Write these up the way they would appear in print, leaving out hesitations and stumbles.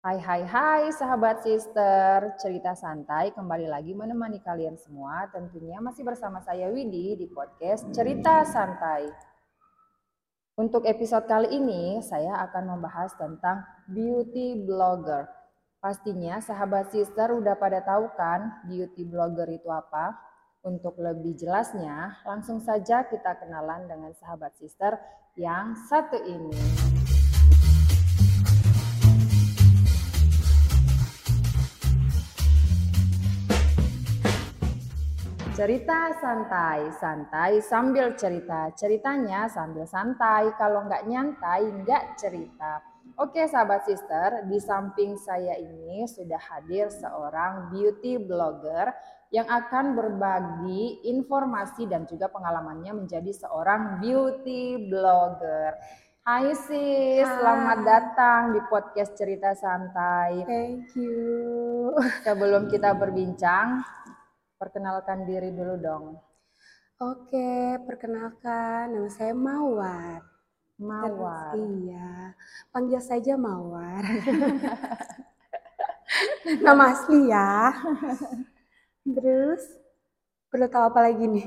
Hai hai hai sahabat sister, cerita santai kembali lagi menemani kalian semua. Tentunya masih bersama saya Widi di podcast Cerita Santai. Untuk episode kali ini saya akan membahas tentang beauty blogger. Pastinya sahabat sister udah pada tahu kan beauty blogger itu apa? Untuk lebih jelasnya langsung saja kita kenalan dengan sahabat sister yang satu ini. Cerita santai, santai sambil cerita. Ceritanya sambil santai, kalau nggak nyantai nggak cerita. Oke sahabat sister, di samping saya ini sudah hadir seorang beauty blogger yang akan berbagi informasi dan juga pengalamannya menjadi seorang beauty blogger. Hai sis, selamat datang di podcast Cerita Santai. Thank you. Sebelum kita berbincang, perkenalkan diri dulu dong. Oke, perkenalkan nama saya Mawar. Mawar. Iya, panggil saja Mawar. Nama asli ya. Terus, perlu tahu apa lagi nih?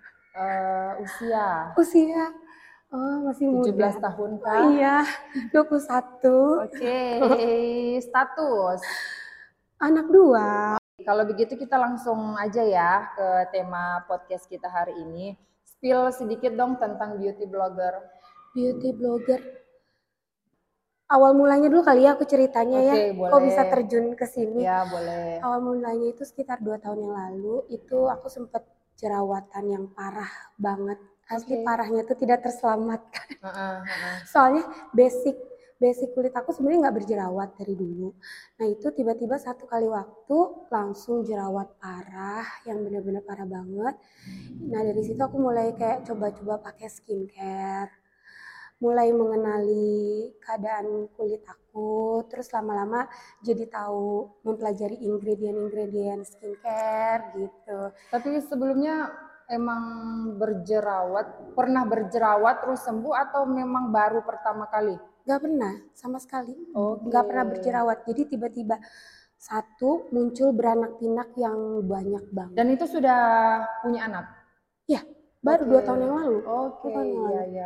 Usia Usia. Oh, masih 17 muda. tahun Oh, kah? iya, 21. Oke, status. Anak 2. Kalau begitu kita langsung aja ya ke tema podcast kita hari ini. Spill sedikit dong tentang beauty blogger. Beauty blogger. Awal mulanya dulu kali ya aku ceritanya ya. Boleh. Kok bisa terjun ke sini? Ya, boleh. Awal mulanya itu sekitar 2 tahun yang lalu, itu aku sempat jerawatan yang parah banget. Asli parahnya tuh tidak terselamatkan. Soalnya basic kulit aku sebenarnya nggak berjerawat dari dulu. Nah itu tiba-tiba satu kali waktu langsung jerawat parah, yang benar-benar parah banget. Nah dari situ aku mulai kayak coba-coba pakai skincare, mulai mengenali keadaan kulit aku, terus lama-lama jadi tahu mempelajari ingredient skincare gitu. Tapi sebelumnya emang pernah berjerawat terus sembuh atau memang baru pertama kali? Gak pernah, sama sekali. Gak pernah berjerawat. Jadi tiba-tiba satu muncul beranak pinak yang banyak banget. Dan itu sudah punya anak? Ya, baru 2 tahun yang lalu. Iya.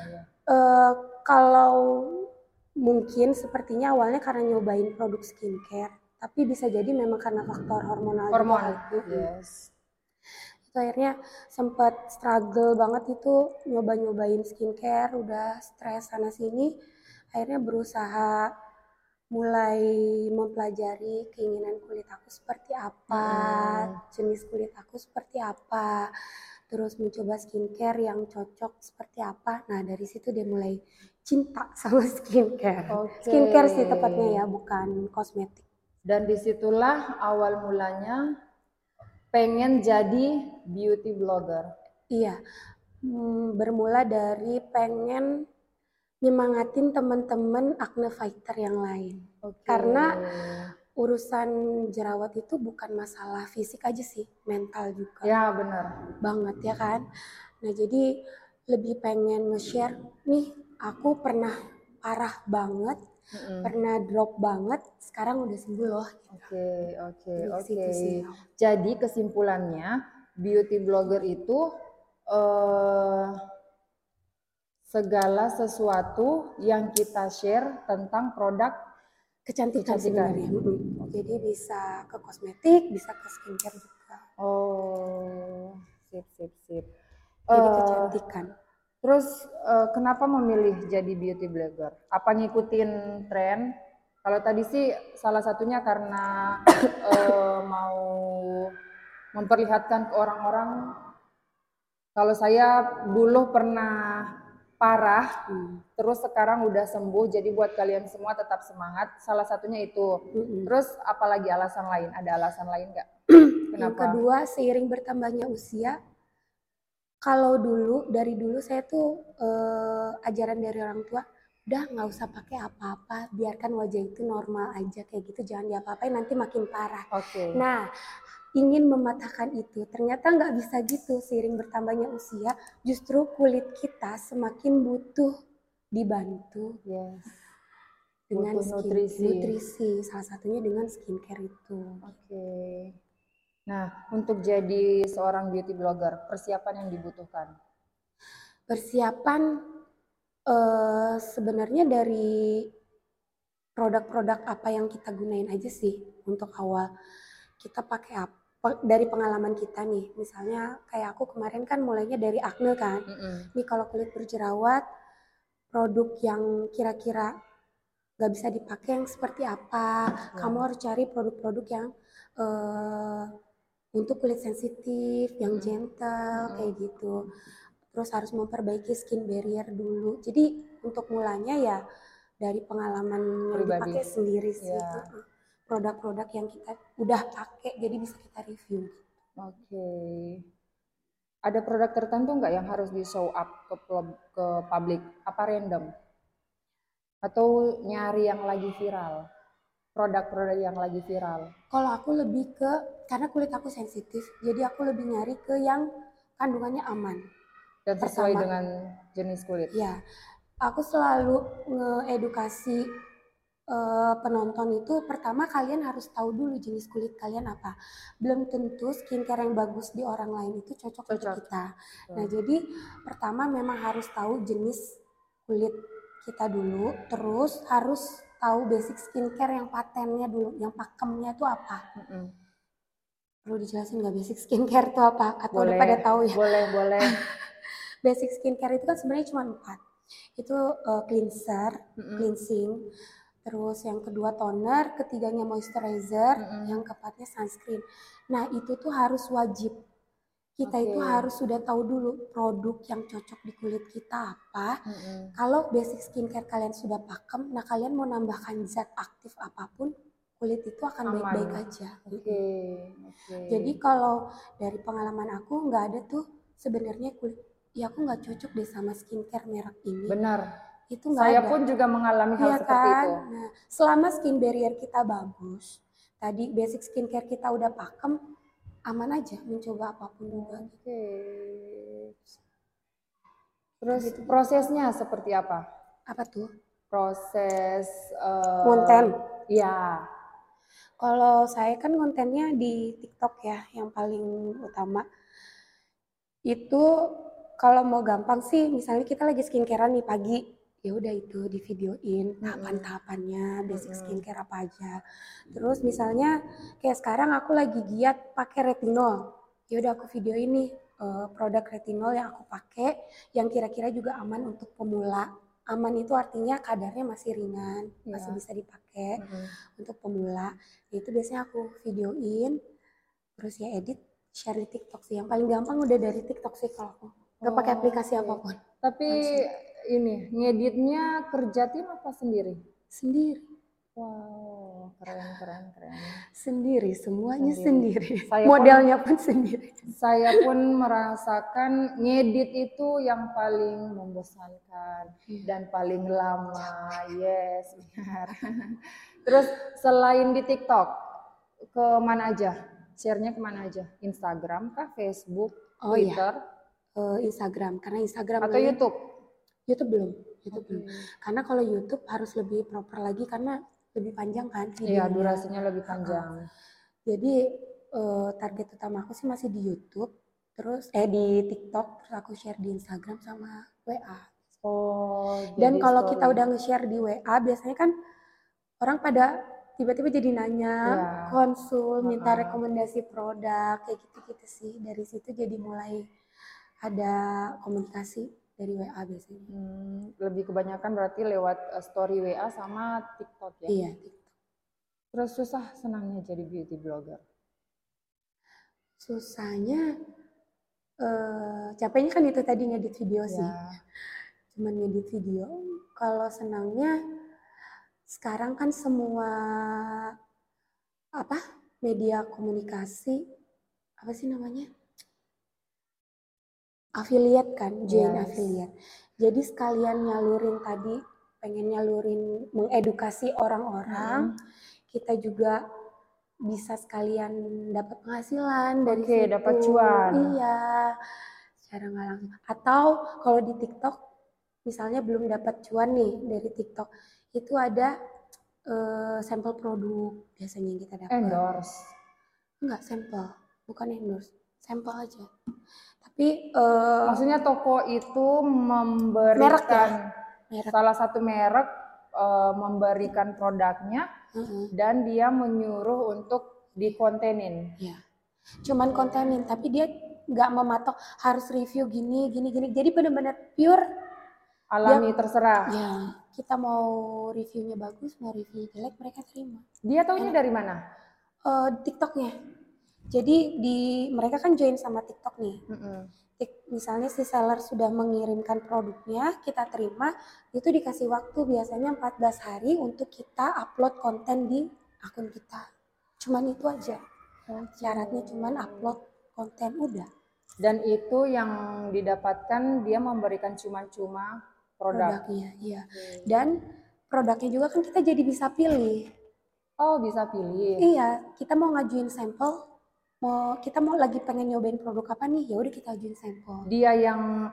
Kalau mungkin sepertinya awalnya karena nyobain produk skincare, tapi bisa jadi memang karena faktor hormonal juga. Yes. Itu akhirnya sempat struggle banget itu nyobain skincare, udah stres sana sini. Akhirnya berusaha mulai mempelajari keinginan kulit aku seperti apa, jenis kulit aku seperti apa, terus mencoba skincare yang cocok seperti apa. Nah dari situ dia mulai cinta sama skincare. Skincare sih tepatnya ya, bukan kosmetik. Dan disitulah awal mulanya pengen jadi beauty blogger. Iya, bermula dari pengen nyemangatin teman-teman acne fighter yang lain. Karena urusan jerawat itu bukan masalah fisik aja sih, mental juga. Ya benar. Banget ya kan. Nah jadi lebih pengen nge-share nih, aku pernah parah banget, pernah drop banget, sekarang udah sembuh loh. Oke. Jadi kesimpulannya beauty blogger itu segala sesuatu yang kita share tentang produk kecantikan sebenarnya. Jadi bisa ke kosmetik, bisa ke skincare juga. Oh, sip. Jadi kecantikan. Terus kenapa memilih jadi beauty blogger? Apa ngikutin tren? Kalau tadi sih salah satunya karena mau memperlihatkan ke orang-orang kalau saya dulu pernah parah, terus sekarang udah sembuh. Jadi buat kalian semua tetap semangat. Salah satunya itu. Terus apalagi alasan lain? Ada alasan lain nggak? Yang kedua, seiring bertambahnya usia, kalau dari dulu saya tuh ajaran dari orang tua, udah nggak usah pakai apa-apa, biarkan wajah itu normal aja kayak gitu, jangan diapa-apain nanti makin parah. Nah, ingin mematahkan itu, ternyata nggak bisa gitu. Seiring bertambahnya usia, justru kulit kita semakin butuh dibantu. dengan nutrisi, salah satunya dengan skincare itu. Oke. Nah, untuk jadi seorang beauty blogger, persiapan yang dibutuhkan? Persiapan sebenarnya dari produk-produk apa yang kita gunain aja sih untuk awal. Kita pakai apa dari pengalaman kita nih. Misalnya kayak aku kemarin kan mulainya dari acne kan. Nih kalau kulit berjerawat, produk yang kira-kira gak bisa dipakai yang seperti apa. Kamu harus cari produk-produk yang untuk kulit sensitif, yang gentle kayak gitu. Terus harus memperbaiki skin barrier dulu. Jadi untuk mulanya ya dari pengalaman yang dipakai sendiri sih. Produk-produk yang kita udah pakai jadi bisa kita review. Oke. Ada produk tertentu nggak yang harus di show up ke publik? Apa random? Atau nyari yang lagi viral? Produk-produk yang lagi viral? Kalau aku lebih ke, karena kulit aku sensitif, jadi aku lebih nyari ke yang kandungannya aman. Dan sesuai dengan jenis kulit? Ya, aku selalu ngeedukasi penonton itu, pertama kalian harus tahu dulu jenis kulit kalian apa. Belum tentu skincare yang bagus di orang lain itu cocok untuk kita. Nah, jadi pertama memang harus tahu jenis kulit kita dulu, terus harus tahu basic skincare yang patennya dulu, yang pakemnya itu apa. Perlu dijelasin nggak basic skincare itu apa? Atau udah pada tahu ya? Boleh. Basic skincare itu kan sebenarnya cuma 4. Itu cleanser, cleansing, terus yang kedua toner, ketiganya moisturizer, yang keempatnya sunscreen. Nah itu tuh harus wajib. Kita itu harus sudah tahu dulu produk yang cocok di kulit kita apa. Kalau basic skincare kalian sudah pakem, nah kalian mau nambahkan zat aktif apapun, kulit itu akan baik-baik aja. Jadi kalau dari pengalaman aku nggak ada tuh sebenarnya kulit, ya aku nggak cocok deh sama skincare merek ini. Benar. Itu nggak Saya ada. pun juga mengalami hal seperti itu. Nah, selama skin barrier kita bagus, tadi basic skincare kita udah pakem, aman aja mencoba apapun juga. Terus prosesnya seperti apa? Apa tuh? Proses konten. Iya. Kalau saya kan kontennya di TikTok ya, yang paling utama. Itu kalau mau gampang sih, misalnya kita lagi skincarean nih pagi, ya udah itu di videoin tahapan-tahapannya, basic skincare apa aja. Terus misalnya kayak sekarang aku lagi giat pakai retinol, ya udah aku video ini produk retinol yang aku pakai, yang kira-kira juga aman untuk pemula. Aman itu artinya kadarnya masih ringan, masih bisa dipakai untuk pemula. Itu biasanya aku videoin, terus ya edit, share di TikTok sih. Yang paling gampang udah dari TikTok sih kalau aku. Gak pakai aplikasi apapun. Tapi ini ngeditnya kerja tim apa sendiri? Sendiri. Wow, keren. Sendiri, semuanya sendiri. Modelnya pun sendiri. Saya pun merasakan ngedit itu yang paling membosankan dan paling lama. Yes, benar. Terus selain di TikTok, ke mana aja? Share-nya kemana aja? Instagram kah? Facebook? Twitter? Instagram, karena Instagram atau YouTube? YouTube belum. Karena kalau YouTube harus lebih proper lagi karena lebih panjang kan videonya. Iya, durasinya lebih panjang. Jadi target utama aku sih masih di YouTube, terus di TikTok, terus aku share di Instagram sama WA. Dan kalau kita udah nge-share di WA, biasanya kan orang pada tiba-tiba jadi nanya, konsul, minta rekomendasi produk, kayak gitu-gitu sih. Dari situ jadi mulai ada komunikasi dari WA biasanya. Lebih kebanyakan berarti lewat story WA sama TikTok ya? Iya, TikTok. Terus susah senangnya jadi beauty blogger? Susahnya, capeknya kan itu tadi ngedit video sih. Cuman ngedit video. Kalau senangnya, sekarang kan semua media komunikasi, apa sih namanya? Affiliate kan, join affiliate. Jadi sekalian nyalurin tadi, pengen nyalurin, mengedukasi orang-orang, kita juga bisa sekalian dapat penghasilan dari situ. Dapat cuan. Iya, secara nggak langsung. Atau kalau di TikTok, misalnya belum dapat cuan nih dari TikTok, itu ada sampel produk biasanya yang kita dapat. Endorse? Enggak, sampel, bukan endorse, sampel aja. Tapi maksudnya toko itu memberikan merek. Salah satu merek memberikan produknya dan dia menyuruh untuk dikontenin. Ya, cuman kontenin, tapi dia nggak mematok harus review gini. Jadi benar-benar pure alami, terserah. Ya, kita mau reviewnya bagus, mau review jelek, mereka terima. Dia taunya dari mana? TikToknya. Jadi mereka kan join sama TikTok nih. Misalnya si seller sudah mengirimkan produknya, kita terima, itu dikasih waktu biasanya 14 hari untuk kita upload konten di akun kita. Cuman itu aja. Syaratnya cuman upload konten, udah. Dan itu yang didapatkan, dia memberikan cuma-cuma produknya, iya. Dan produknya juga kan kita jadi bisa pilih. Oh, bisa pilih. Iya, kita mau ngajuin sampel, kita mau lagi pengen nyobain produk apa nih, ya udah kita ajuin sampel. Dia yang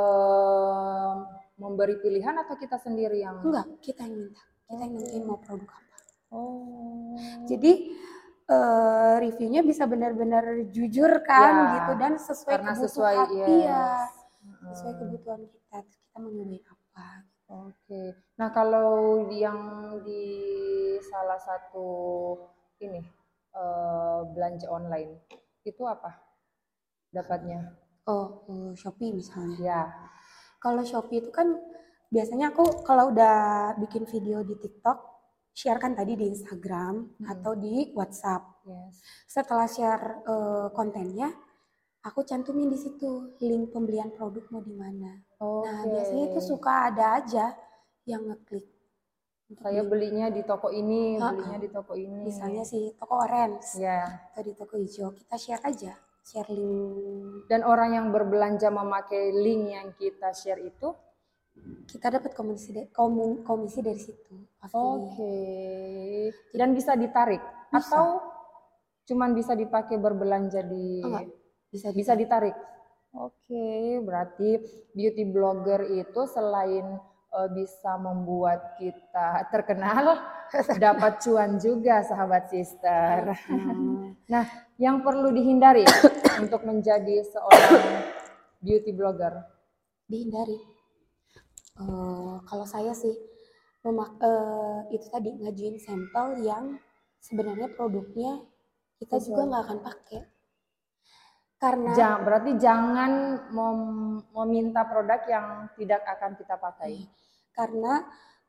memberi pilihan atau kita sendiri yang? Enggak, kita yang minta. Kita yang nentuin mau produk apa. Oh. Jadi reviewnya bisa benar-benar jujur kan, ya, gitu, dan sesuai kebutuhan. Sesuai kebutuhan kita mau nyobain apa. Oke. Nah, kalau yang di salah satu ini belanja online itu apa dapatnya? Shopee misalnya. Ya. Kalau Shopee itu kan biasanya aku kalau udah bikin video di TikTok, share kan tadi di Instagram atau di WhatsApp. Yes. Setelah share kontennya, aku cantumin di situ link pembelian produk mau di mana. Nah, biasanya itu suka ada aja yang ngeklik. Saya belinya di toko ini, belinya di toko ini. Misalnya si toko orange atau di toko hijau, kita share aja, share link. Dan orang yang berbelanja memakai link yang kita share itu, kita dapat komisi dari situ. Oke. Dan bisa ditarik atau cuman bisa dipakai berbelanja di? Bisa ditarik. Oke, berarti beauty blogger itu selain bisa membuat kita terkenal, dapat cuan juga, sahabat sister. Nah, yang perlu dihindari untuk menjadi seorang beauty blogger? Dihindari. Kalau saya sih itu tadi ngajuin sampel yang sebenarnya produknya kita juga nggak akan pakai. Karena berarti jangan meminta produk yang tidak akan kita pakai. Karena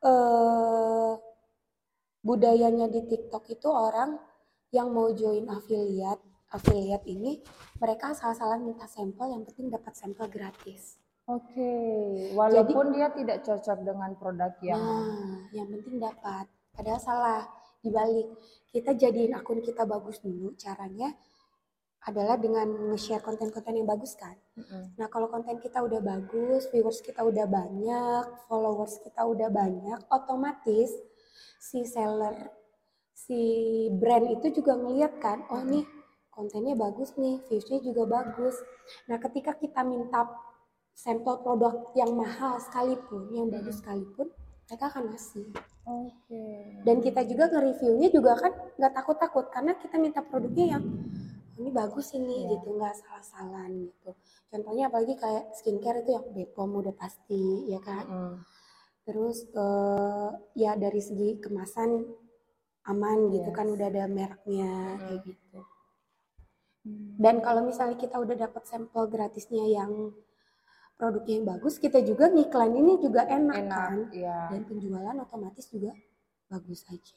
budayanya di TikTok itu orang yang mau join affiliate ini, mereka asal-asalan minta sampel, yang penting dapat sampel gratis. Oke, walaupun dia tidak cocok dengan produk yang. Yang penting dapat. Padahal salah, dibalik. Kita jadiin akun kita bagus dulu, caranya adalah dengan nge-share konten-konten yang bagus kan. Nah, kalau konten kita udah bagus, viewers kita udah banyak, followers kita udah banyak, otomatis si seller, si brand itu juga ngeliat kan, oh nih kontennya bagus nih, views-nya juga bagus. Nah, ketika kita minta sampel produk yang mahal sekalipun, yang bagus sekalipun, mereka akan ngasih. Dan kita juga nge-reviewnya juga kan nggak takut-takut, karena kita minta produknya yang ini bagus ini gitu, nggak salah-salahan gitu. Contohnya apalagi kayak skincare itu yang Bepom udah pasti ya kan. Terus ya dari segi kemasan aman gitu kan, udah ada mereknya kayak gitu. Dan kalau misalnya kita udah dapat sampel gratisnya yang produknya yang bagus, kita juga ngiklan ini juga enak kan. Dan penjualan otomatis juga bagus aja.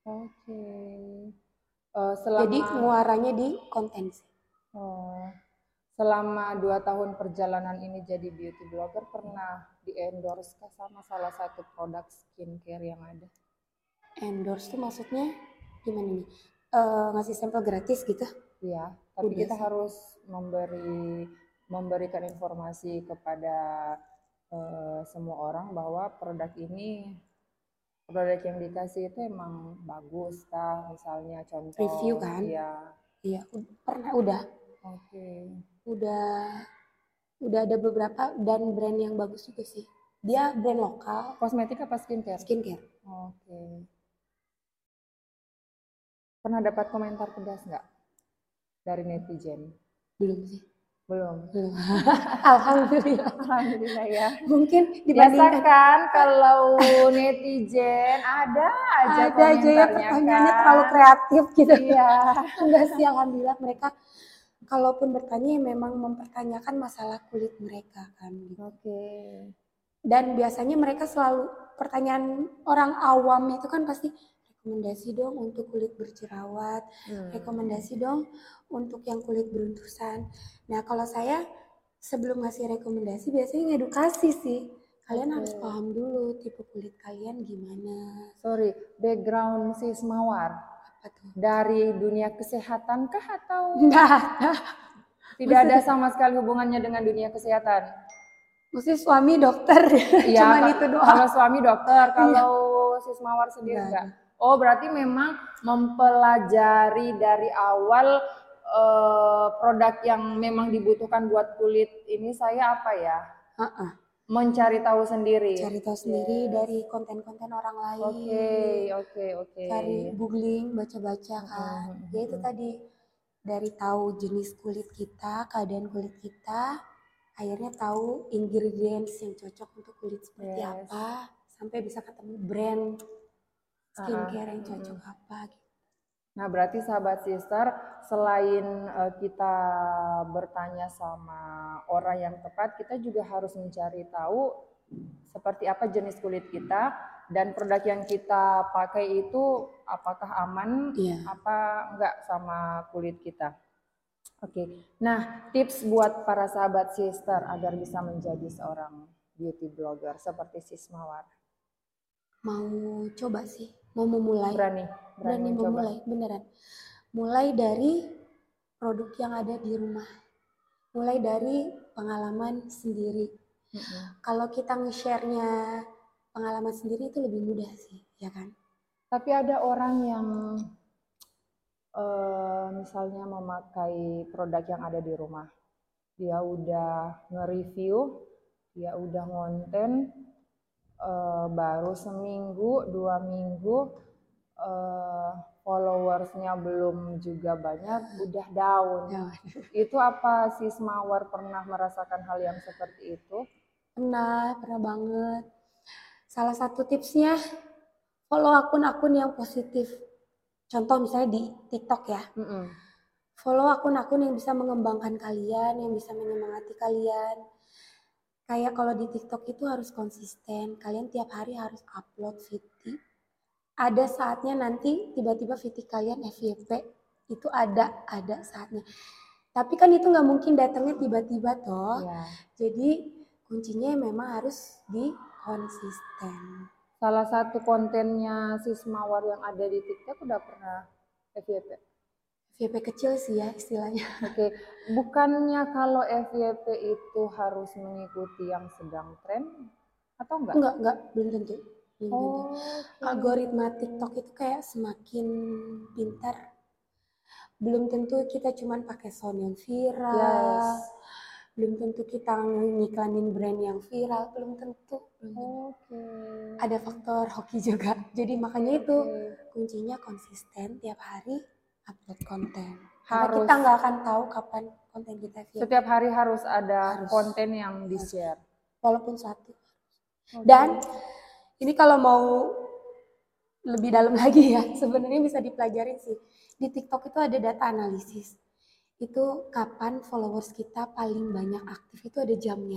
Jadi muaranya di konten sih. Selama 2 tahun perjalanan ini jadi beauty blogger, pernah di-endorse sama salah satu produk skincare yang ada? Endorse tuh maksudnya gimana nih? Ngasih sampel gratis gitu? Iya, tapi kita harus memberikan informasi kepada semua orang bahwa produk yang dikasih itu emang bagus kah, misalnya contoh review kan. Iya, pernah udah ada beberapa dan brand yang bagus juga sih. Dia brand lokal. Kosmetik apa skincare? Skincare. Pernah dapat komentar pedas nggak dari netizen? Belum sih. Belum. Alhamdulillah. Alhamdulillah ya. Mungkin dibandingkan kan kalau netizen ada aja ya pertanyaannya kan. terlalu kreatif gitu. Iya. Enggak sih, alhamdulillah mereka kalaupun bertanya memang mempertanyakan masalah kulit mereka kan gitu. Oke. Dan biasanya mereka selalu pertanyaan orang awam itu kan pasti rekomendasi dong untuk kulit berjerawat, rekomendasi dong untuk yang kulit beruntusan. Nah kalau saya sebelum ngasih rekomendasi biasanya ngedukasi sih. Kalian harus paham dulu tipe kulit kalian gimana. Sorry, background Sis Mawar apa tuh? Dari dunia kesehatan kah atau? Tidak ada sama sekali hubungannya dengan dunia kesehatan. Mesti suami dokter. Iya, cuman itu doang. Kalau suami dokter, kalau Sis Mawar sendiri enggak? Oh, berarti memang mempelajari dari awal produk yang memang dibutuhkan buat kulit ini saya apa ya? Mencari tahu sendiri. Cari tahu sendiri dari konten-konten orang lain. Oke. Cari googling, baca-baca kan. Ya itu tadi dari tahu jenis kulit kita, keadaan kulit kita, akhirnya tahu ingredients yang cocok untuk kulit seperti apa, sampai bisa ketemu brand skincare yang cocok apa gitu. Nah, berarti sahabat sister, selain kita bertanya sama orang yang tepat, kita juga harus mencari tahu seperti apa jenis kulit kita dan produk yang kita pakai itu apakah aman, apa enggak sama kulit kita. Oke. Nah, tips buat para sahabat sister agar bisa menjadi seorang beauty blogger seperti Sis Mawar. Mau coba sih, mau memulai. Berani memulai, beneran. Mulai dari produk yang ada di rumah. Mulai dari pengalaman sendiri. Kalau kita nge-share-nya pengalaman sendiri itu lebih mudah sih, ya kan? Tapi ada orang yang misalnya memakai produk yang ada di rumah. Dia udah nge-review, dia udah ngonten, baru seminggu, 2 minggu, followersnya belum juga banyak, udah down. Itu apa Sis Mawar pernah merasakan hal yang seperti itu? Pernah banget. Salah satu tipsnya, follow akun-akun yang positif. Contoh misalnya di TikTok ya. Follow akun-akun yang bisa mengembangkan kalian, yang bisa menyemangati kalian. Kayak kalau di TikTok itu harus konsisten. Kalian tiap hari harus upload video. Ada saatnya nanti tiba-tiba video kalian FYP. Itu ada saatnya. Tapi kan itu nggak mungkin datangnya tiba-tiba toh. Jadi kuncinya memang harus di konsisten. Salah satu kontennya Sis Mawar yang ada di TikTok udah pernah FYP? FYP kecil sih ya istilahnya. Oke. Bukannya kalau FYP itu harus mengikuti yang sedang tren atau enggak? Enggak, belum tentu. Algoritma TikTok itu kayak semakin pintar. Belum tentu kita cuma pakai sound yang viral. Belum tentu kita ngiklanin brand yang viral, belum tentu. Ada faktor hoki juga. Jadi makanya itu kuncinya konsisten tiap hari upload konten. Karena kita nggak akan tahu kapan konten kita FYP. Setiap hari harus ada konten yang di-share. Walaupun satu. Dan ini kalau mau lebih dalam lagi ya, sebenarnya bisa dipelajarin sih. Di TikTok itu ada data analisis. Itu kapan followers kita paling banyak aktif, itu ada jamnya.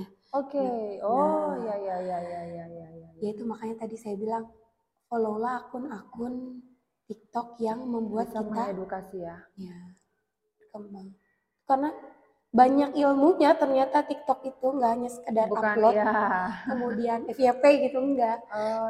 Ya itu makanya tadi saya bilang follow-lah akun-akun TikTok yang membuat bisa kita edukasi ya. Berkembang. Karena banyak ilmunya ternyata TikTok itu nggak hanya sekedar upload, kemudian FYP gitu enggak.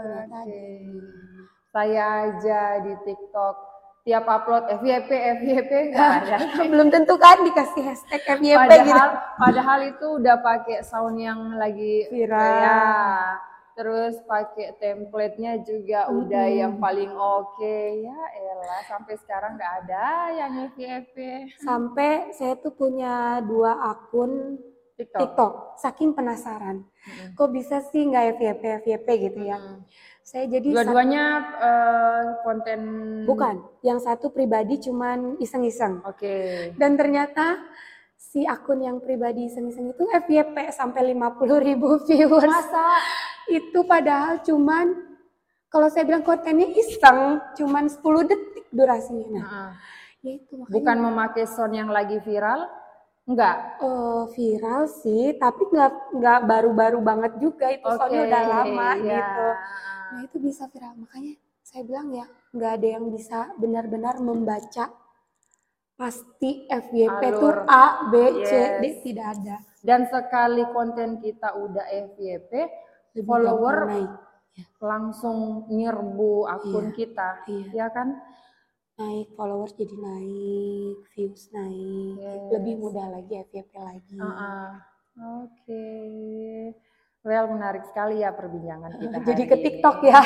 Saya aja di TikTok tiap upload FYP nggak ada. Belum tentu kan dikasih hashtag FYP padahal itu udah pakai sound yang lagi viral. Terus pakai template-nya juga udah yang paling ya elah sampai sekarang nggak ada yang FYP. Sampai saya tuh punya 2 akun TikTok. Saking penasaran. Kok bisa sih nggak FYP gitu ya. Saya jadi dua-duanya konten. Bukan, yang satu pribadi cuman iseng-iseng. Oke. Dan ternyata si akun yang pribadi iseng-iseng itu FYP sampai 50.000 viewers. Masa? Itu padahal cuman, kalau saya bilang kontennya iseng, cuman 10 detik durasinya. Nah, ya itu makanya. Bukan memakai sound yang lagi viral? Enggak? Viral sih, tapi nggak baru-baru banget juga, itu soalnya udah lama gitu. Nah itu bisa viral, makanya saya bilang ya, nggak ada yang bisa benar-benar membaca pasti FYP itu A, B, C, D, tidak ada. Dan sekali konten kita udah FYP, follower naik. Langsung nyerbu akun kita, ya kan? Naik, followers jadi naik, views naik, lebih mudah lagi FYP lagi. Oke. Well, menarik sekali ya perbincangan kita jadi hari ke TikTok ya.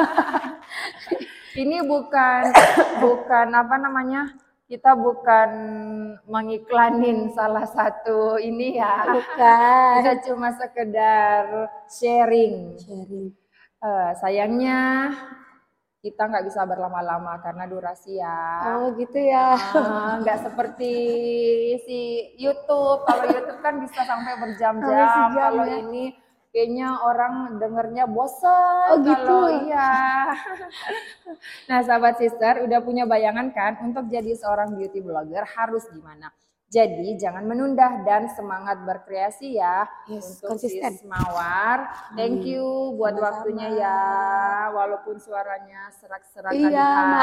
Ini bukan apa namanya, kita bukan mengiklanin salah satu ini ya. Bukan. Kita cuma sekedar sharing. Sayangnya kita nggak bisa berlama-lama karena durasi ya. Oh gitu ya. Nggak seperti si YouTube. Kalau YouTube kan bisa sampai berjam-jam. Kalau ini kayaknya orang dengernya bosan. Oh gitu. Kalau iya. Nah sahabat sister, udah punya bayangan kan untuk jadi seorang beauty blogger harus gimana? Jadi jangan menunda dan semangat berkreasi ya. Untuk konsisten. Sis Mawar. Thank you buat waktunya ya. Walaupun suaranya serak-serak tadi.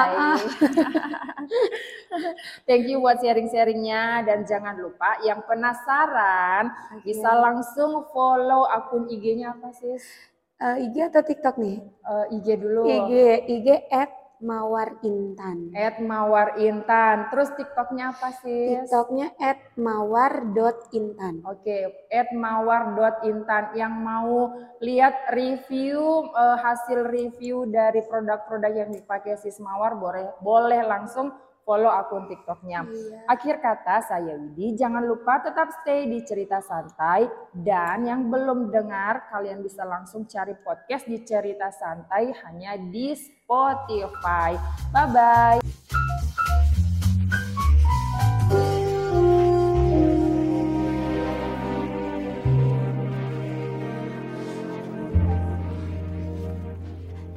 Thank you buat sharing-sharingnya. Dan jangan lupa yang penasaran bisa langsung follow akun IG-nya apa sis? IG atau TikTok nih? IG dulu. IG @mawarintan. @mawarintan. Terus TikToknya apa sih? TikToknya @mawar.intan. Oke, @mawar.intan. Yang mau lihat review, hasil review dari produk-produk yang dipakai sis Mawar, boleh langsung follow akun TikToknya. Akhir kata saya Widi, jangan lupa tetap stay di Cerita Santai. Dan yang belum dengar, kalian bisa langsung cari podcast di Cerita Santai hanya di Spotify. Bye-bye.